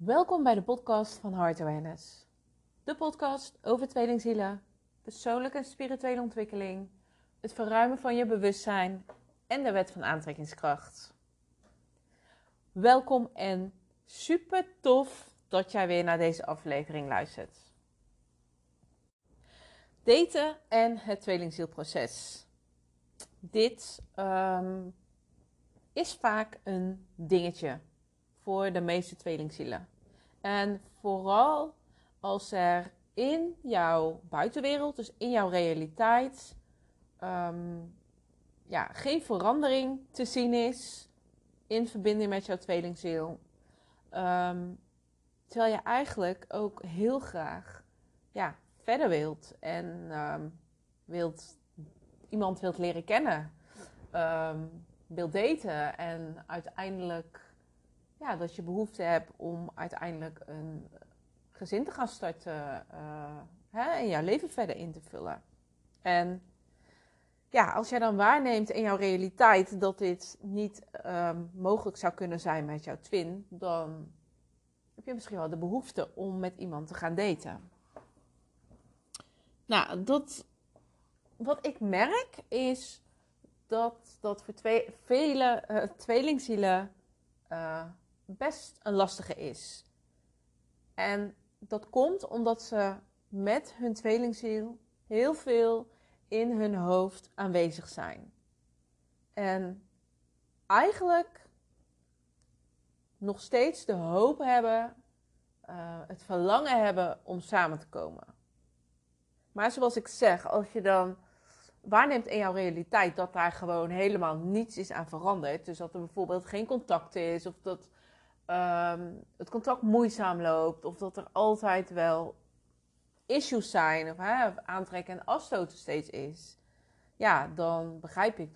Welkom bij de podcast van Heart Awareness. De podcast over tweelingzielen, persoonlijke en spirituele ontwikkeling, het verruimen van je bewustzijn en de wet van aantrekkingskracht. Welkom en super tof dat jij weer naar deze aflevering luistert. Daten en het tweelingzielproces. Dit is vaak een dingetje voor de meeste tweelingzielen. En vooral als er in jouw buitenwereld, dus in jouw realiteit, geen verandering te zien is in verbinding met jouw tweelingziel. Terwijl je eigenlijk ook heel graag verder wilt en iemand wilt leren kennen, wilt daten en uiteindelijk dat je behoefte hebt om uiteindelijk een gezin te gaan starten en jouw leven verder in te vullen. En als jij dan waarneemt in jouw realiteit dat dit niet mogelijk zou kunnen zijn met jouw twin, dan heb je misschien wel de behoefte om met iemand te gaan daten. Nou, wat ik merk is dat voor vele tweelingzielen best een lastige is. En dat komt omdat ze met hun tweelingziel heel veel in hun hoofd aanwezig zijn. En eigenlijk nog steeds de hoop hebben, het verlangen hebben om samen te komen. Maar zoals ik zeg, als je dan waarneemt in jouw realiteit dat daar gewoon helemaal niets is aan veranderd. Dus dat er bijvoorbeeld geen contact is, of dat het contact moeizaam loopt, of dat er altijd wel issues zijn, of aantrekken en afstoten steeds is. Ja, dan begrijp ik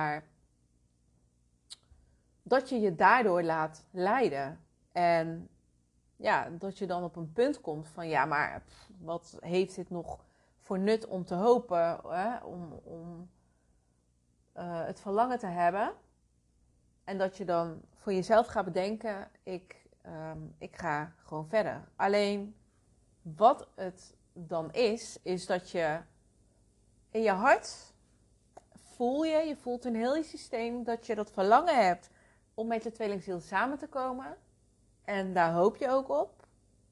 dat je je daardoor laat leiden. En dat je dan op een punt komt van maar wat heeft dit nog voor nut om te hopen, om het verlangen te hebben. En dat je dan voor jezelf gaat bedenken, ik ga gewoon verder. Alleen wat het dan is dat je in je hart je voelt in heel je systeem dat je dat verlangen hebt om met je tweelingziel samen te komen. En daar hoop je ook op.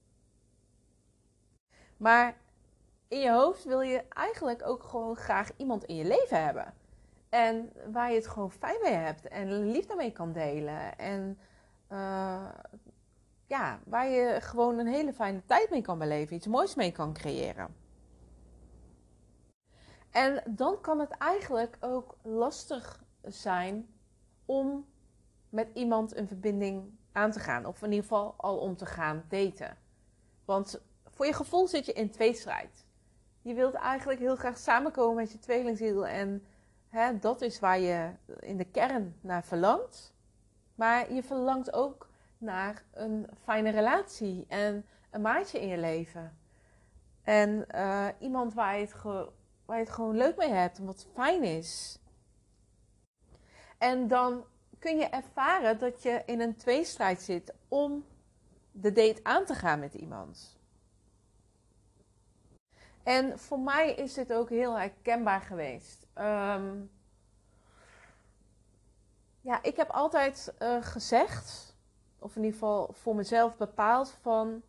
Maar in je hoofd wil je eigenlijk ook gewoon graag iemand in je leven hebben. En waar je het gewoon fijn mee hebt en liefde mee kan delen. En waar je gewoon een hele fijne tijd mee kan beleven. Iets moois mee kan creëren. En dan kan het eigenlijk ook lastig zijn om met iemand een verbinding aan te gaan. Of in ieder geval al om te gaan daten. Want voor je gevoel zit je in tweestrijd. Je wilt eigenlijk heel graag samenkomen met je tweelingziel. En dat is waar je in de kern naar verlangt. Maar je verlangt ook naar een fijne relatie en een maatje in je leven. En iemand waar je het gewoon leuk mee hebt en wat fijn is. En dan kun je ervaren dat je in een tweestrijd zit om de date aan te gaan met iemand. En voor mij is dit ook heel herkenbaar geweest. Ik heb altijd gezegd, of in ieder geval voor mezelf bepaald van,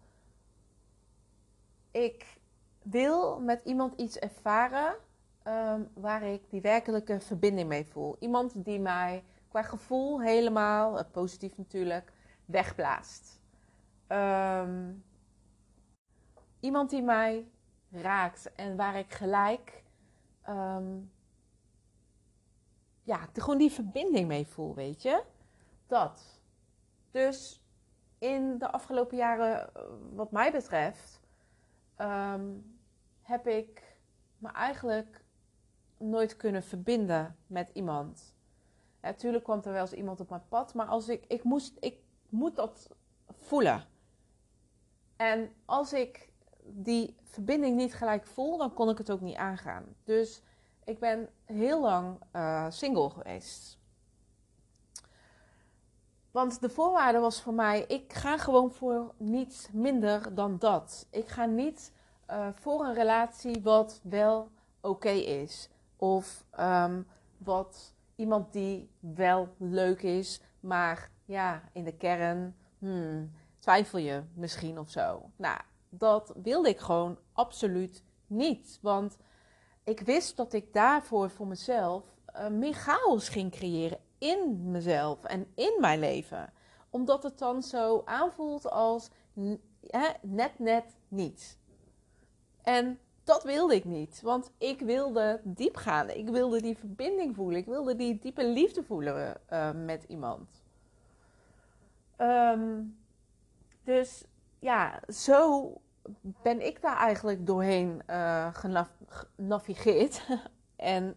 ik wil met iemand iets ervaren waar ik die werkelijke verbinding mee voel. Iemand die mij qua gevoel helemaal, positief natuurlijk, wegblaast. Iemand die mij raakt en waar ik gelijk gewoon die verbinding mee voel, weet je. Dat. Dus in de afgelopen jaren, wat mij betreft, heb ik me eigenlijk nooit kunnen verbinden met iemand. Natuurlijk kwam er wel eens iemand op mijn pad, maar als ik moet dat voelen. En als ik die verbinding niet gelijk voel, dan kon ik het ook niet aangaan. Dus ik ben heel lang single geweest. Want de voorwaarde was voor mij, ik ga gewoon voor niets minder dan dat. Ik ga niet voor een relatie wat wel oké is. Of wat iemand die wel leuk is, maar ja, in de kern twijfel je misschien of zo. Nou, dat wilde ik gewoon absoluut niet. Want ik wist dat ik daarvoor voor mezelf meer chaos ging creëren in mezelf en in mijn leven. Omdat het dan zo aanvoelt als net niet. En dat wilde ik niet. Want ik wilde diep gaan. Ik wilde die verbinding voelen. Ik wilde die diepe liefde voelen met iemand. Dus ja, zo ben ik daar eigenlijk doorheen genavigeerd. En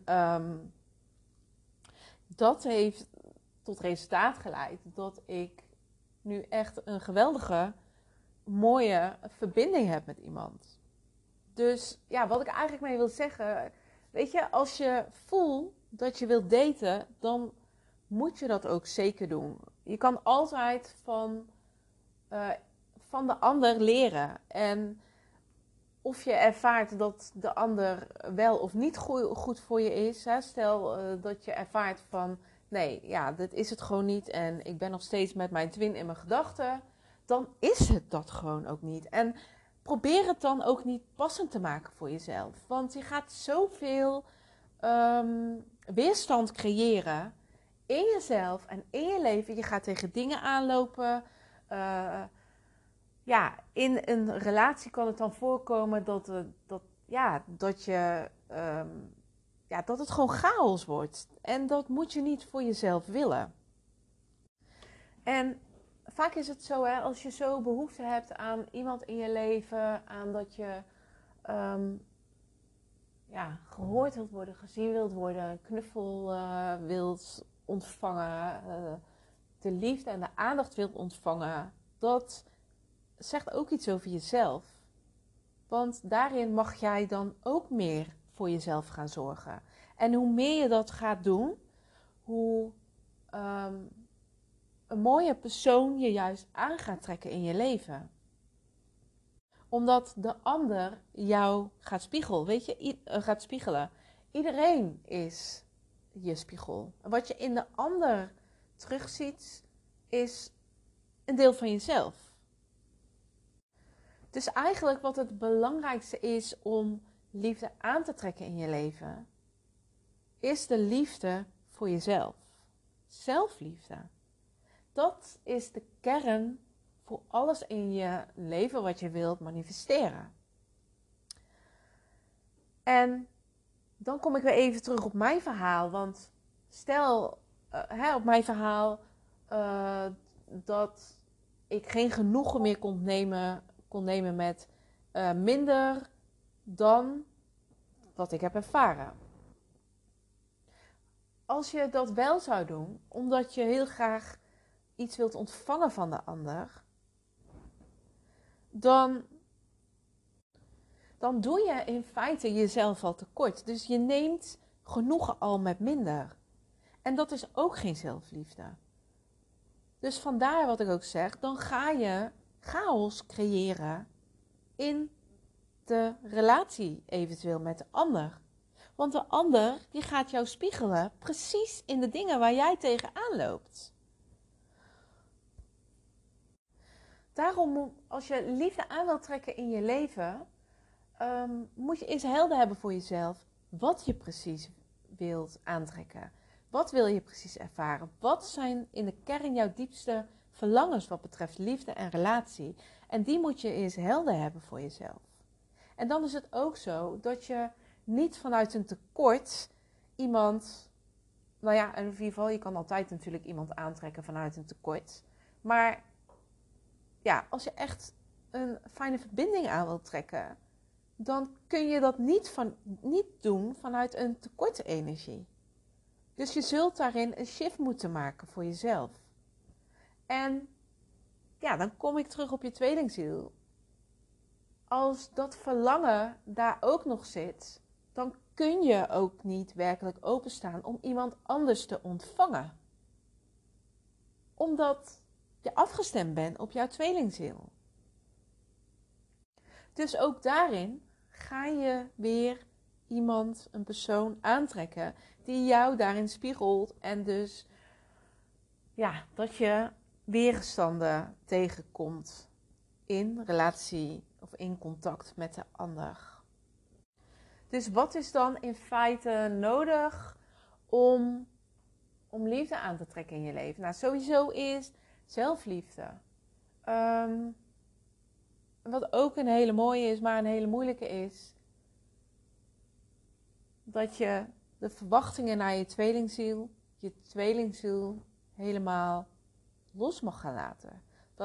dat heeft tot resultaat geleid dat ik nu echt een geweldige, mooie verbinding heb met iemand. Dus ja, wat ik eigenlijk mee wil zeggen, weet je, als je voelt dat je wilt daten, dan moet je dat ook zeker doen. Je kan altijd van de ander leren. En of je ervaart dat de ander wel of niet goed voor je is. Hè? Stel dat je ervaart van, nee, ja, dit is het gewoon niet. En ik ben nog steeds met mijn twin in mijn gedachten. Dan is het dat gewoon ook niet. En probeer het dan ook niet passend te maken voor jezelf. Want je gaat zoveel weerstand creëren in jezelf en in je leven. Je gaat tegen dingen aanlopen. Ja, in een relatie kan het dan voorkomen dat het gewoon chaos wordt. En dat moet je niet voor jezelf willen. En vaak is het zo, hè, als je zo behoefte hebt aan iemand in je leven, aan dat je gehoord wilt worden, gezien wilt worden, een knuffel wilt ontvangen, de liefde en de aandacht wilt ontvangen, dat zegt ook iets over jezelf. Want daarin mag jij dan ook meer voor jezelf gaan zorgen. En hoe meer je dat gaat doen, hoe een mooie persoon je juist aan gaat trekken in je leven. Omdat de ander jou gaat spiegelen. Weet je, gaat spiegelen. Iedereen is je spiegel. Wat je in de ander terugziet, is een deel van jezelf. Dus eigenlijk wat het belangrijkste is om liefde aan te trekken in je leven, is de liefde voor jezelf. Zelfliefde. Dat is de kern voor alles in je leven wat je wilt manifesteren. En dan kom ik weer even terug op mijn verhaal. Want stel op mijn verhaal dat ik geen genoegen meer kon nemen met minder dan wat ik heb ervaren. Als je dat wel zou doen, omdat je heel graag iets wilt ontvangen van de ander, dan doe je in feite jezelf al tekort. Dus je neemt genoegen al met minder. En dat is ook geen zelfliefde. Dus vandaar wat ik ook zeg, dan ga je chaos creëren in de relatie eventueel met de ander. Want de ander die gaat jou spiegelen precies in de dingen waar jij tegenaan loopt. Daarom, als je liefde aan wilt trekken in je leven, moet je eens helder hebben voor jezelf wat je precies wilt aantrekken. Wat wil je precies ervaren? Wat zijn in de kern jouw diepste verlangens wat betreft liefde en relatie? En die moet je eens helder hebben voor jezelf. En dan is het ook zo dat je niet vanuit een tekort iemand, nou ja, in ieder geval, je kan altijd natuurlijk iemand aantrekken vanuit een tekort. Maar ja, als je echt een fijne verbinding aan wilt trekken, dan kun je dat niet doen vanuit een tekort energie. Dus je zult daarin een shift moeten maken voor jezelf. En ja, dan kom ik terug op je tweelingziel. Als dat verlangen daar ook nog zit, dan kun je ook niet werkelijk openstaan om iemand anders te ontvangen. Omdat je afgestemd bent op jouw tweelingziel. Dus ook daarin ga je weer een persoon aantrekken die jou daarin spiegelt. En dus dat je weerstanden tegenkomt in relatie of in contact met de ander. Dus wat is dan in feite nodig om liefde aan te trekken in je leven? Nou, sowieso is zelfliefde. Wat ook een hele mooie is, maar een hele moeilijke is. Dat je de verwachtingen naar je tweelingziel helemaal los mag gaan laten.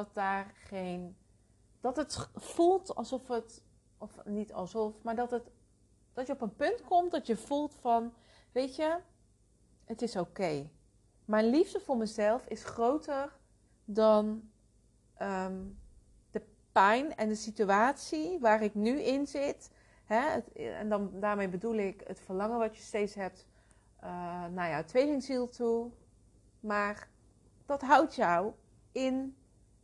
Dat het voelt alsof het, of niet alsof, maar dat je op een punt komt dat je voelt van, weet je, het is oké. Mijn liefde voor mezelf is groter dan de pijn en de situatie waar ik nu in zit. Daarmee bedoel ik het verlangen wat je steeds hebt naar jouw tweelingziel toe. Maar dat houdt jou in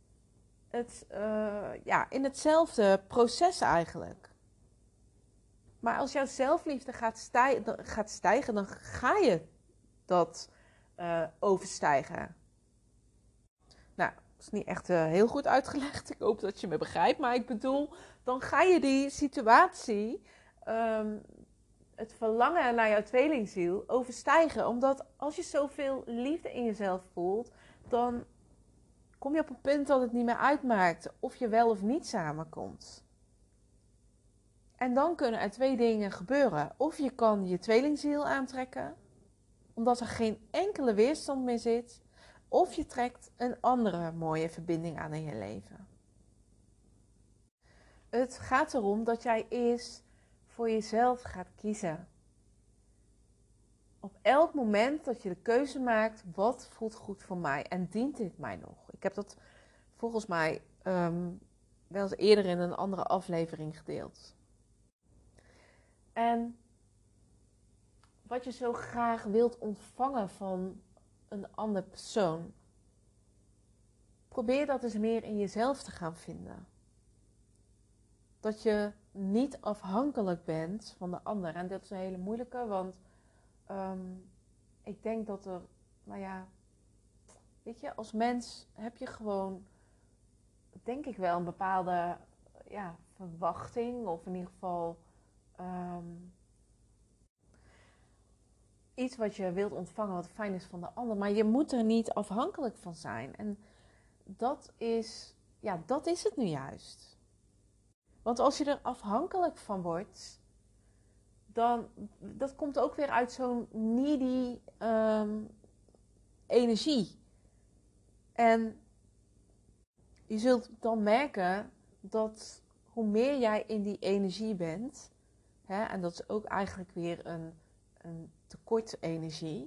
in hetzelfde proces eigenlijk. Maar als jouw zelfliefde gaat stijgen, dan ga je dat overstijgen. Nou, dat is niet echt heel goed uitgelegd. Ik hoop dat je me begrijpt. Maar ik bedoel, dan ga je die situatie, het verlangen naar jouw tweelingziel, overstijgen. Omdat als je zoveel liefde in jezelf voelt, dan kom je op een punt dat het niet meer uitmaakt of je wel of niet samenkomt. En dan kunnen er 2 dingen gebeuren. Of je kan je tweelingziel aantrekken, omdat er geen enkele weerstand meer zit. Of je trekt een andere mooie verbinding aan in je leven. Het gaat erom dat jij eerst voor jezelf gaat kiezen. Op elk moment dat je de keuze maakt, wat voelt goed voor mij en dient dit mij nog? Ik heb dat volgens mij wel eens eerder in een andere aflevering gedeeld. En wat je zo graag wilt ontvangen van een andere persoon, probeer dat eens meer in jezelf te gaan vinden. Dat je niet afhankelijk bent van de ander. En dat is een hele moeilijke, want ik denk dat er, weet je, als mens heb je gewoon, denk ik wel, een bepaalde verwachting. Of in ieder geval iets wat je wilt ontvangen wat fijn is van de ander. Maar je moet er niet afhankelijk van zijn. En dat is het nu juist. Want als je er afhankelijk van wordt, dan dat komt ook weer uit zo'n needy energie. En je zult dan merken dat hoe meer jij in die energie bent, en dat is ook eigenlijk weer een tekort energie,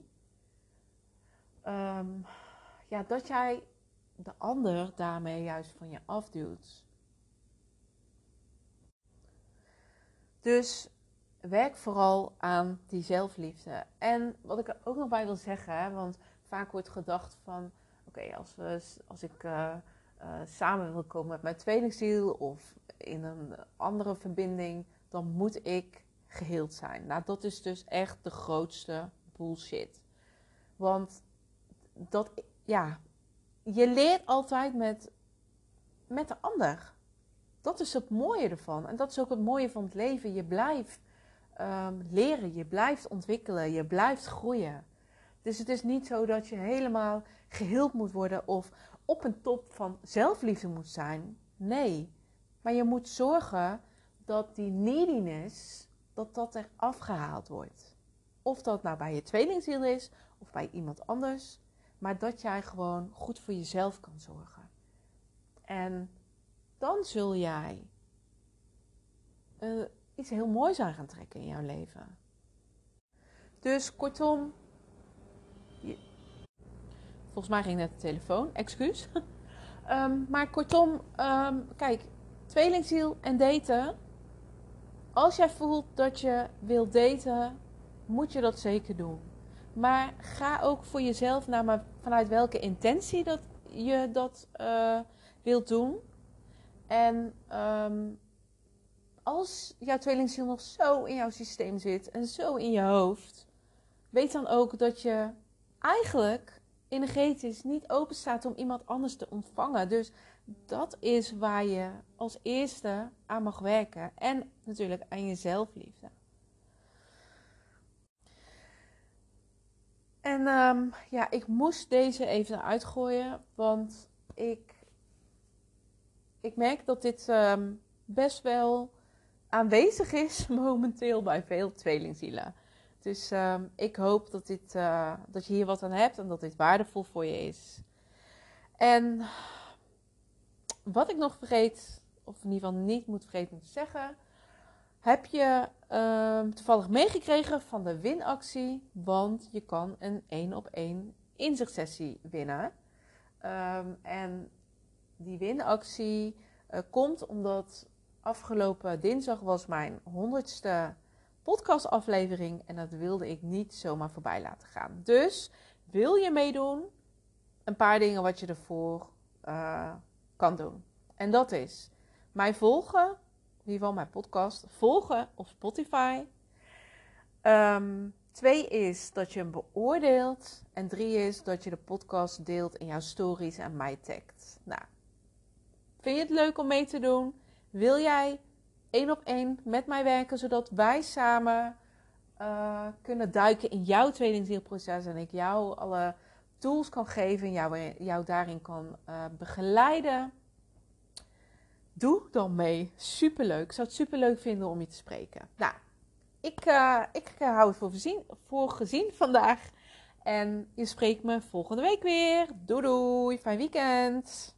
dat jij de ander daarmee juist van je afduwt. Dus werk vooral aan die zelfliefde. En wat ik er ook nog bij wil zeggen, want vaak wordt gedacht van, oké, als ik samen wil komen met mijn tweelingziel of in een andere verbinding, dan moet ik geheeld zijn. Nou, dat is dus echt de grootste bullshit. Want je leert altijd met de ander. Dat is het mooie ervan. En dat is ook het mooie van het leven. Je blijft leren, je blijft ontwikkelen, je blijft groeien. Dus het is niet zo dat je helemaal geheeld moet worden of op een top van zelfliefde moet zijn. Nee, maar je moet zorgen dat die neediness, dat er afgehaald wordt. Of dat nou bij je tweelingziel is of bij iemand anders. Maar dat jij gewoon goed voor jezelf kan zorgen. En dan zul jij iets heel moois aan gaan trekken in jouw leven. Dus kortom, volgens mij ging net de telefoon, excuus. Maar kortom, kijk, tweelingziel en daten. Als jij voelt dat je wilt daten, moet je dat zeker doen. Maar ga ook voor jezelf naar, maar vanuit welke intentie je dat wilt doen. En als jouw tweelingziel nog zo in jouw systeem zit en zo in je hoofd, weet dan ook dat je eigenlijk energetisch niet open staat om iemand anders te ontvangen. Dus dat is waar je als eerste aan mag werken. En natuurlijk aan je zelfliefde. En ik moest deze even uitgooien, want ik merk dat dit best wel aanwezig is momenteel bij veel tweelingzielen. Dus ik hoop dat je hier wat aan hebt en dat dit waardevol voor je is. En wat ik nog vergeet, of in ieder geval niet moet vergeten om te zeggen, heb je toevallig meegekregen van de winactie, want je kan een 1-op-1 inzichtsessie winnen. En die winactie komt omdat afgelopen dinsdag was mijn 100ste podcastaflevering en dat wilde ik niet zomaar voorbij laten gaan. Dus wil je meedoen? Een paar dingen wat je ervoor kan doen. En dat is mij volgen, in ieder geval mijn podcast, volgen op Spotify. 2 is dat je hem beoordeelt. En 3 is dat je de podcast deelt in jouw stories en mij tagt. Nou, vind je het leuk om mee te doen? Wil jij 1-op-1 met mij werken, zodat wij samen kunnen duiken in jouw tweelingzielproces en ik jou alle tools kan geven en jou daarin kan begeleiden? Doe dan mee. Superleuk. Ik zou het superleuk vinden om je te spreken. Nou, ik hou het voor gezien vandaag. En je spreekt me volgende week weer. Doei doei. Fijn weekend.